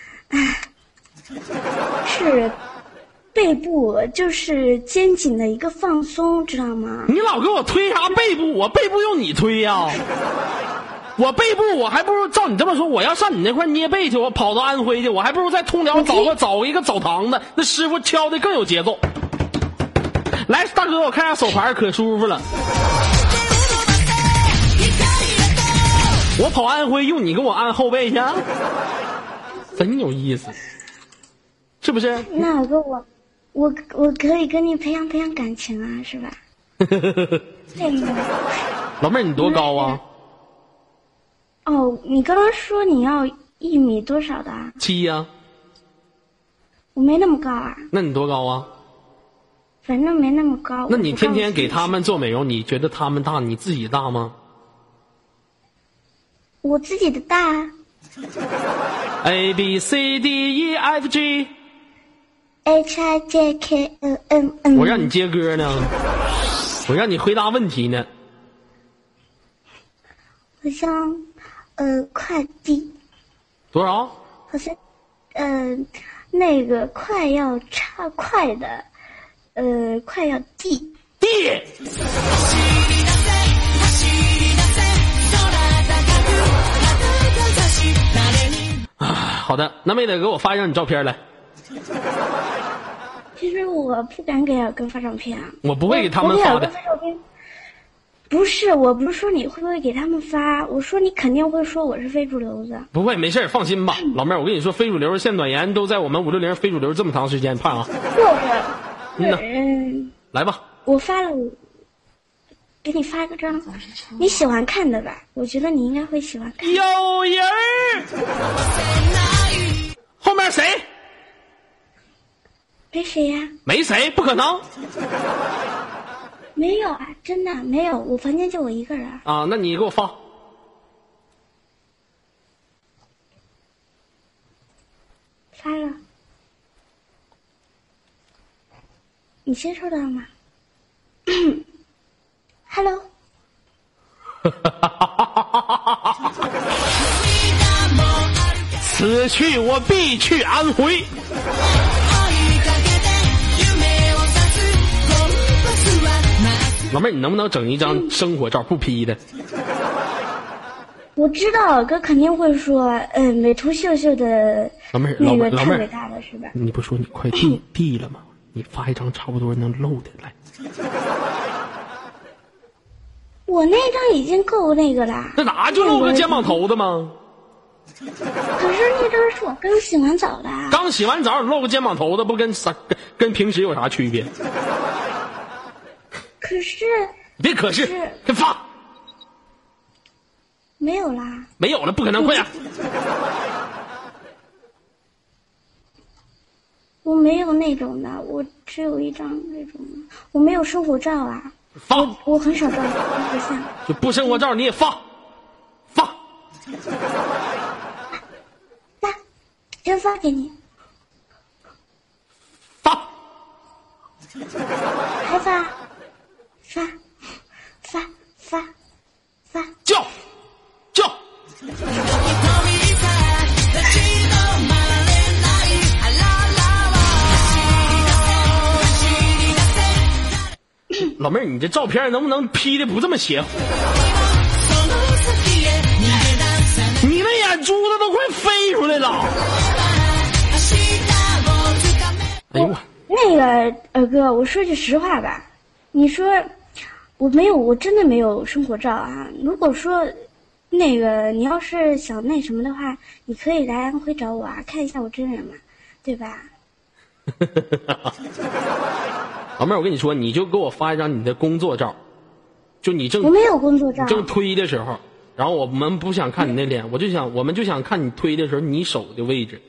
是背部，就是肩颈的一个放松，知道吗？ 你老给我推啥背部？我背部用你推呀、我背部我还不如照你这么说，我要上你那块捏背去，我跑到安徽去，我还不如在通辽找一个澡堂子，那师傅敲的更有节奏。来，大哥，我看下手牌可舒服了。我跑安徽用你给我按后背去，真有意思，是不是？ 那我跟我可以跟你培养感情啊，是吧？ 老妹儿，你多高啊？ 哦，你刚刚说你要1米多少的啊 ？7呀。 我没那么高啊。 那你多高啊？ 反正没那么高。 那你天天给他们做美容，你觉得他们大，你自己大吗？ 我自己的大。 A B C D E F G H I J K L M N。 我让你接歌呢，我让你回答问题呢。 好像快递多少？ 好像那个快要差快的快要地好的，那妹子给我发一张你照片来。 其实我不敢给尔哥发照片啊。 我不会给他们发的。 不是，我不是说你会不会给他们发，我说你肯定会说我是非主流的。 不会，没事，放心吧，老妹儿，我跟你说，非主流现短言都在我们560非主流这么长时间，怕啊。来吧， 我发了，给你发个张，你喜欢看的吧？我觉得你应该会喜欢看。 有人后面谁？ 没谁呀？ 没谁，不可能。 没有啊，真的没有，我房间就我一个人啊。那你给我发。 发了，你接收到了吗？Hello。 此去我必去安徽。老妹儿，你能不能整一张生活照不 P 的？ 我知道哥肯定会说，美图秀秀的老妹儿， 那个太伟大了，是吧？ 你不说你快递了吗？你发一张差不多能露的来。 我那张已经够那个啦。 那哪就露个肩膀头的吗？ 可是那张是我刚洗完澡的。 刚洗完澡露个肩膀头的，不跟平时有啥区别？ 可是， 别可是，快发！ 没有啦， 没有了，不可能，快点！ 我没有那种的，我只有一张那种的，我没有生活照啊。 发！ 我很少照生活相。 就不生活照你也发， 来，先发给你。 发！ 还发？发， 叫！老妹儿，你这照片能不能 P 的不这么邪乎？你那眼珠子都快飞出来了！哎呦我， 那个二哥，我说句实话吧，你说我真的没有生活照啊。如果说那个你要是想那什么的话，你可以来安徽找我啊，看一下我真人嘛。 对吧？ 老妹儿，我跟你说，你就给我发一张你的工作照，就你我没有工作照。 正推的时候，然后我们不想看你那脸，我们就想看你推的时候你手的位置。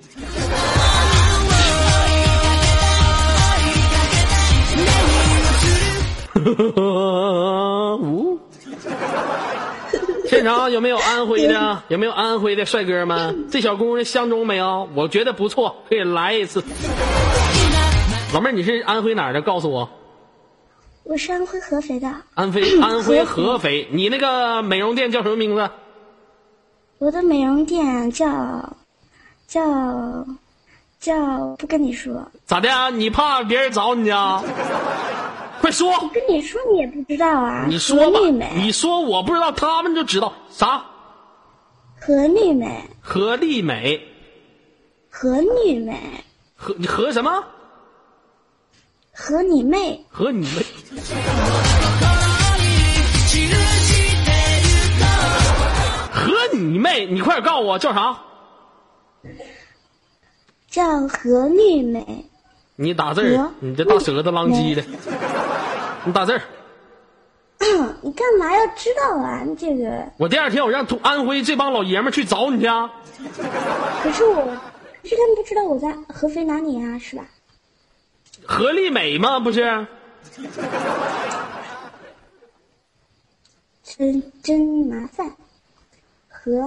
现场有没有安徽的？有没有安徽的帅哥们？这小姑娘相中没有？我觉得不错，可以来一次。老妹儿，你是安徽哪儿的？告诉我。 我是安徽合肥的。 安徽合肥，你那个美容店叫什么名字？ 我的美容店叫不跟你说。 咋的啊？你怕别人找你啊？快说！ 我跟你说，你也不知道啊。 你说吧，你说我不知道，他们就知道啥？ 何丽美。 何丽美。 何丽美。 何什么？ 和你妹。 和你妹。和你妹！你快点告诉我叫啥？ 叫何丽美。 你打字儿，你这大舌头啷叽的，你打字儿。 你干嘛要知道啊？你这个。 我第二天我让安徽这帮老爷们去找你去啊。 可是他们不知道我在合肥哪里啊，是吧？ 何丽美吗？不是。 真麻烦。何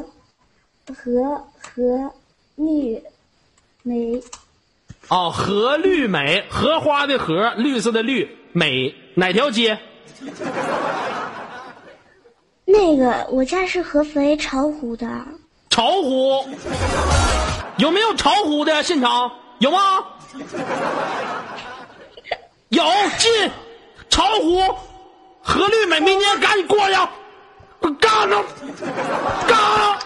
绿美。 哦，何绿美，荷花的荷，绿色的绿，美哪条街？ 那个我家是合肥巢湖的。 巢湖有没有巢湖的现场？有吗？有，进巢湖何绿美，明天赶紧过去，干了，干了！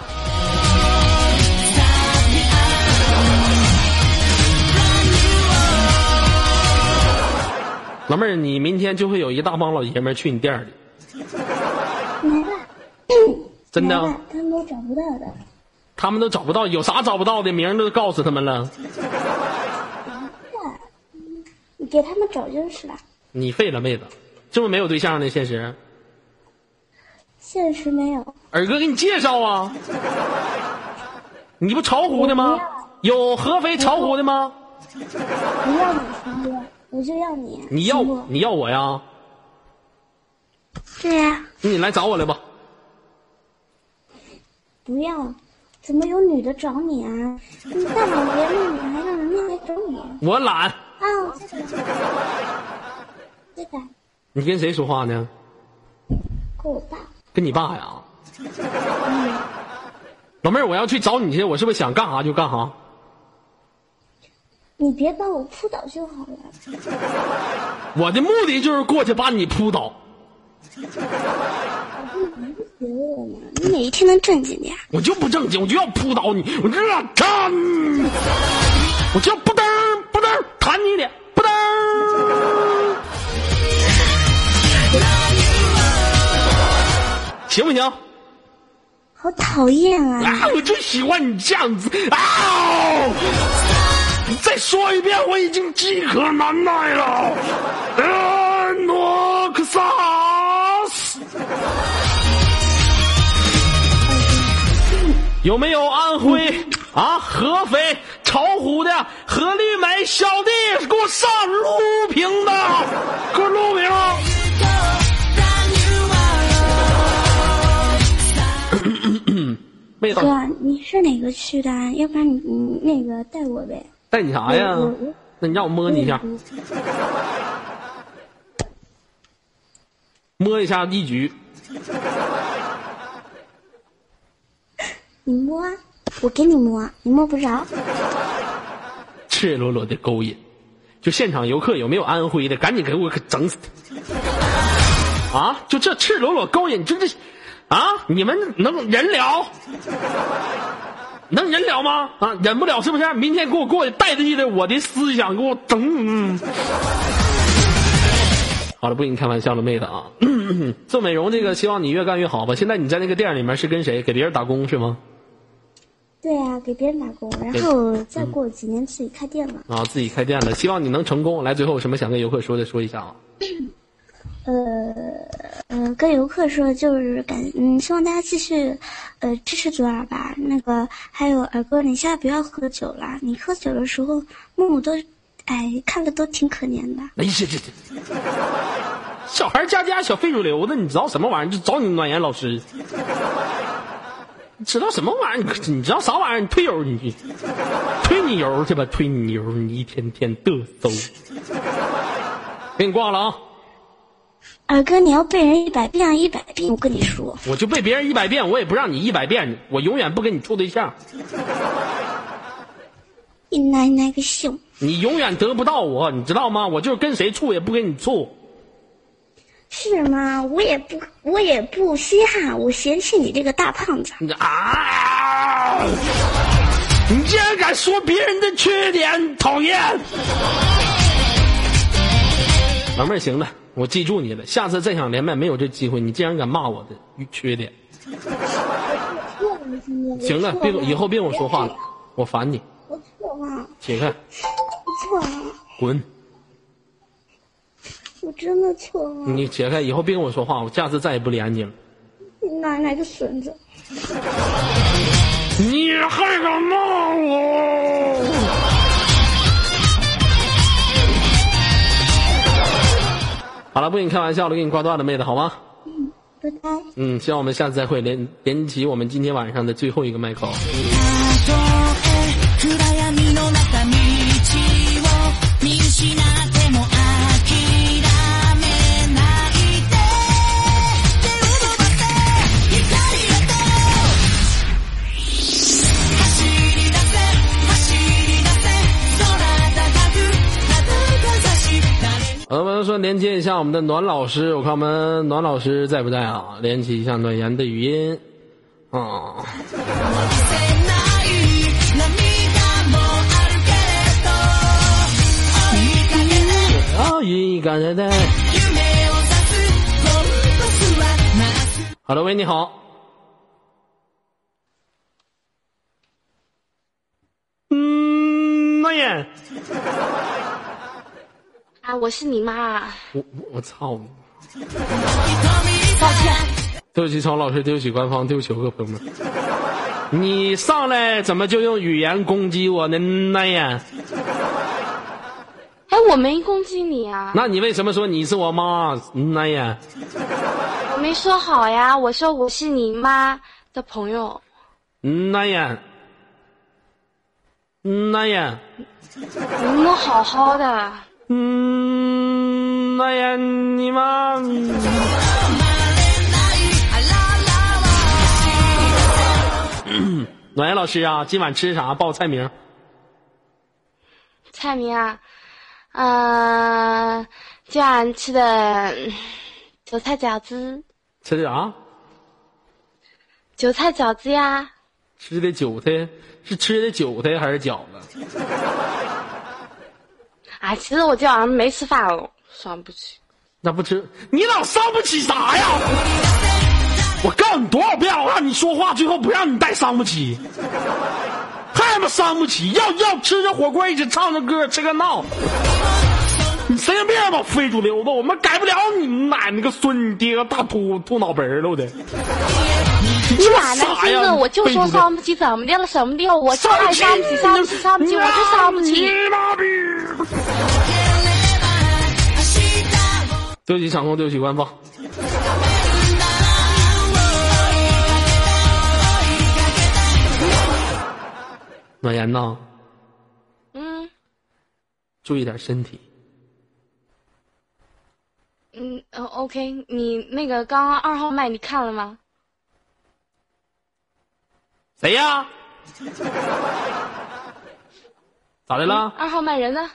老妹儿，你明天就会有一大帮老爷们去你店里。 来吧。 真的？ 他们都找不到的。 他们都找不到，有啥找不到的？名都告诉他们了。 你给他们找就是了。 你废了妹子，这么没有对象呢？现实？ 现实没有。 尔哥给你介绍啊。你不巢湖的吗？有合肥巢湖的吗？ 不要你陈哥，我就要你。 你要我呀？ 对呀。 你来找我来吧。 不要，怎么有女的找你啊？你大老爷们，你还让人家来找你？ 我懒。 啊，这个。 你跟谁说话呢？ 跟我爸。 跟你爸呀？老妹儿，我要去找你去，我是不是想干啥就干啥？ 你别把我扑倒就好了。 我的目的就是过去把你扑倒。 你哪一天能正经点？ 我就不正经，我就要扑倒你，我就要弹，我就要不噔不噔弹你脸，不噔。行不行？ 好讨厌啊！ 我就喜欢你这样子啊！你再说一遍，我已经饥渴难耐了。诺克萨斯。有没有安徽啊、合肥、巢湖的何绿美小弟给我上录屏的，给我录屏。 哥，你是哪个区的？要不然你那个带我呗。 带你啥呀？那你让我摸你一下，摸一下一局。 你摸啊，我给你摸，你摸不着。 赤裸裸的勾引，就现场游客有没有安徽的？赶紧给我整死他！啊，就这赤裸裸勾引，就这啊！你们能忍了？能忍了吗？啊，忍不了是不是？明天给我过去，带着我的思想给我整。好了，不跟你开玩笑了，妹子啊！做美容这个，希望你越干越好吧。现在你在那个店里面是跟谁？给别人打工是吗？ 对啊，给别人打工，然后再过几年自己开店了。 啊，自己开店了，希望你能成功。来，最后有什么想跟游客说的，说一下啊。 跟游客说就是希望大家继续支持左耳吧。那个还有耳哥，你现在不要喝酒了，你喝酒的时候木木都看了都挺可怜的。 哎呀，这小孩家小非主流的，你知道什么玩意儿？就找你暖言老师。你知道什么玩意儿？你知道啥玩意儿？你推油，你推你油去吧，推你油，你一天天嘚瑟。给你挂了啊！ 二哥，你要背人100遍100遍，我跟你说， 我就背别人100遍，我也不让你100遍，我永远不跟你处对象。 你奶个秀！ 你永远得不到我，你知道吗？我就是跟谁处也不跟你处。 是吗？我也不稀罕，我嫌弃你这个大胖子。 啊！你竟然敢说别人的缺点，讨厌！老妹儿，行了，我记住你了，下次再想连麦没有这机会，你竟然敢骂我的缺点。行了，以后别跟我说话了，我烦你。 我错了。 起开。 我错了。 滚。 我真的错了。 你解开，以后别跟我说话，我下次再也不连你了。 你奶个孙子！ 你还敢骂我？好了，不跟你开玩笑了，给你挂断了，妹子，好吗？ 拜拜。 希望我们下次再会，连起我们今天晚上的最后一个麦口。我们说连接一下我们的暖老师，我看我们暖老师在不在啊？连起一下暖言的语音啊。好的，喂，你好。暖言。 我是你妈。 我操你！ 抱歉， 对不起曹老师，对不起官方，对不起各位朋友们。你上来怎么就用语言攻击我呢？那呀？ 我没攻击你啊。 那你为什么说你是我妈？那呀？ 我没说好呀，我说我是你妈的朋友。 那呀？那呀？ 你们好好的。 那呀，你妈！暖言老师啊，今晚吃啥？报菜名。 菜名啊，今晚吃的韭菜饺子。 吃的啥？ 韭菜饺子呀。 吃的韭菜是吃的韭菜还是饺子？ 其实我今晚上没吃饭哦，伤不起。 那不吃，你老伤不起啥呀？我告诉你多少遍，我让你说话，最后不让你带伤不起，太他妈伤不起！要吃着火锅，一起唱着歌，吃个闹。你神经病吧，非主流的，我们改不了你奶奶个孙，你爹个大秃脑门儿了的。 你哪能听着我就说伤不起，怎么的了？什么的？我就爱伤不起，我就伤不起。 对不起场控，对不起官方。暖言呐，注意点身体。 OK， 你那个刚刚2号麦你看了吗？ 谁呀？咋的了 ？2号麦人呢？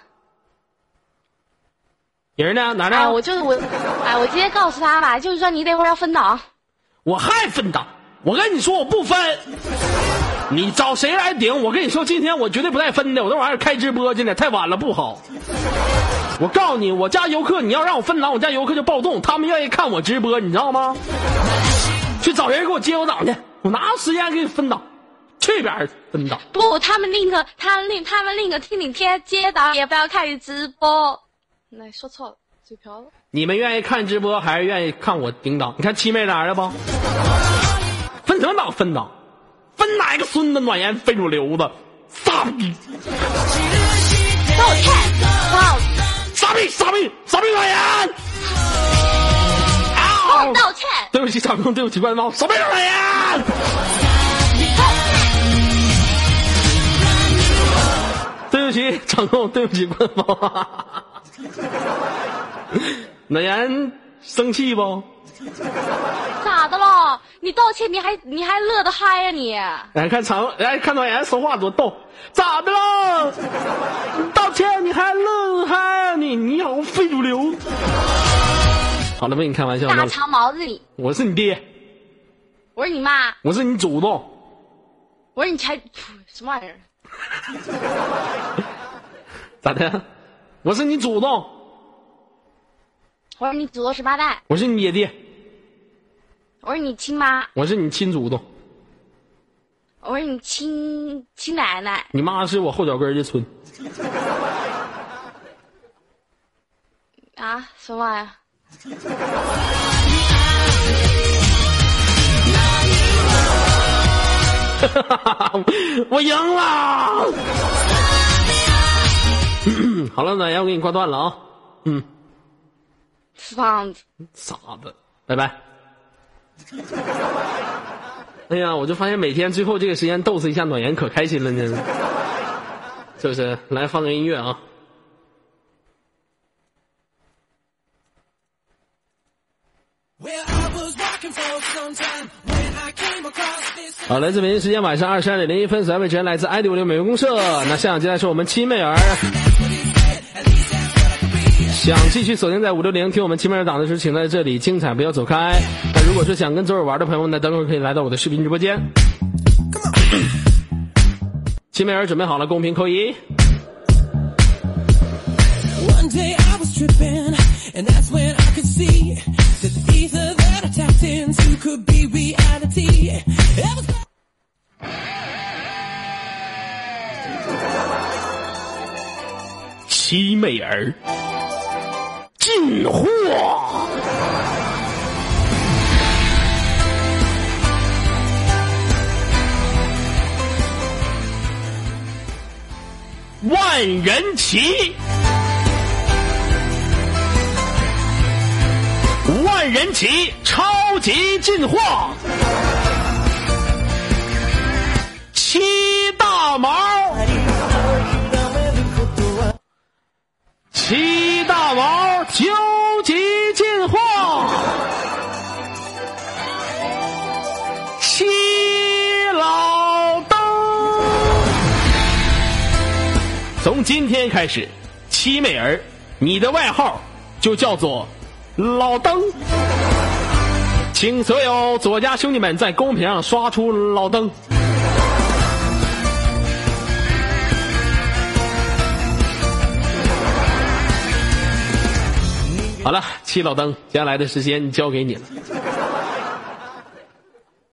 人呢？哪呢？ 我直接告诉他吧，就是说你这会儿要分档。 我还分档？我跟你说我不分，你找谁来顶？我跟你说，今天我绝对不带分的，我这玩意儿开直播去呢，太晚了不好。我告诉你，我家游客你要让我分档，我家游客就暴动，他们愿意看我直播，你知道吗？去找人给我接我档去，我哪有时间给你分档？ 去边儿分档。 不，他们宁可听你接档，也不要看你直播。那说错了，嘴瓢了。 你们愿意看直播还是愿意看我顶档？你看七妹来了不？分什么档？分档？分哪个孙子暖言非主流的？傻逼！ 道歉！哇！ 傻逼！暖言！ 啊！道歉！ 对不起场控，对不起官方，傻逼暖言！对不起场控，对不起官方。暖言生气不？ 咋的了？你道歉，你还乐得嗨呀你？ 来看暖言说话多逗，咋的了？道歉你还乐得嗨啊你好非主流。好了，没跟你开玩笑。 大长毛子你！ 我是你爹。 我是你妈。 我是你祖宗。 我是你才什么玩意儿？ 咋的？我是你祖宗。 我是你祖宗18代。 我是你爷爹。 我是你亲妈。 我是你亲祖宗。 我是你亲奶奶。 你妈是我后脚跟的村。 啊？什么玩意儿？ 我赢了。好了，暖言我给你挂断了啊。 胖子， 傻子，拜拜。哎呀，我就发现每天最后这个时间逗死一下暖言可开心了呢，是不是？来放个音乐啊。好，来自北京时间晚上22:01，所有位置来自 ID56 美容公社。那现场接下来是我们七妹儿。想继续锁定在560听我们七妹儿档的时候，请在这里精彩不要走开。那如果说想跟左耳玩的朋友们呢，等会儿可以来到我的视频直播间。七妹儿准备好了，公屏扣1。One day I was tripping, and that's when I could see that the ether that I tapped into could be reality. 七妹儿进货。万人骑，万人骑超级进货，七大毛，七大毛究极进货，七老灯。从今天开始，七妹儿，你的外号就叫做老灯。请所有左家兄弟们在公屏上刷出老灯。好了，七老灯，接下来的时间交给你了。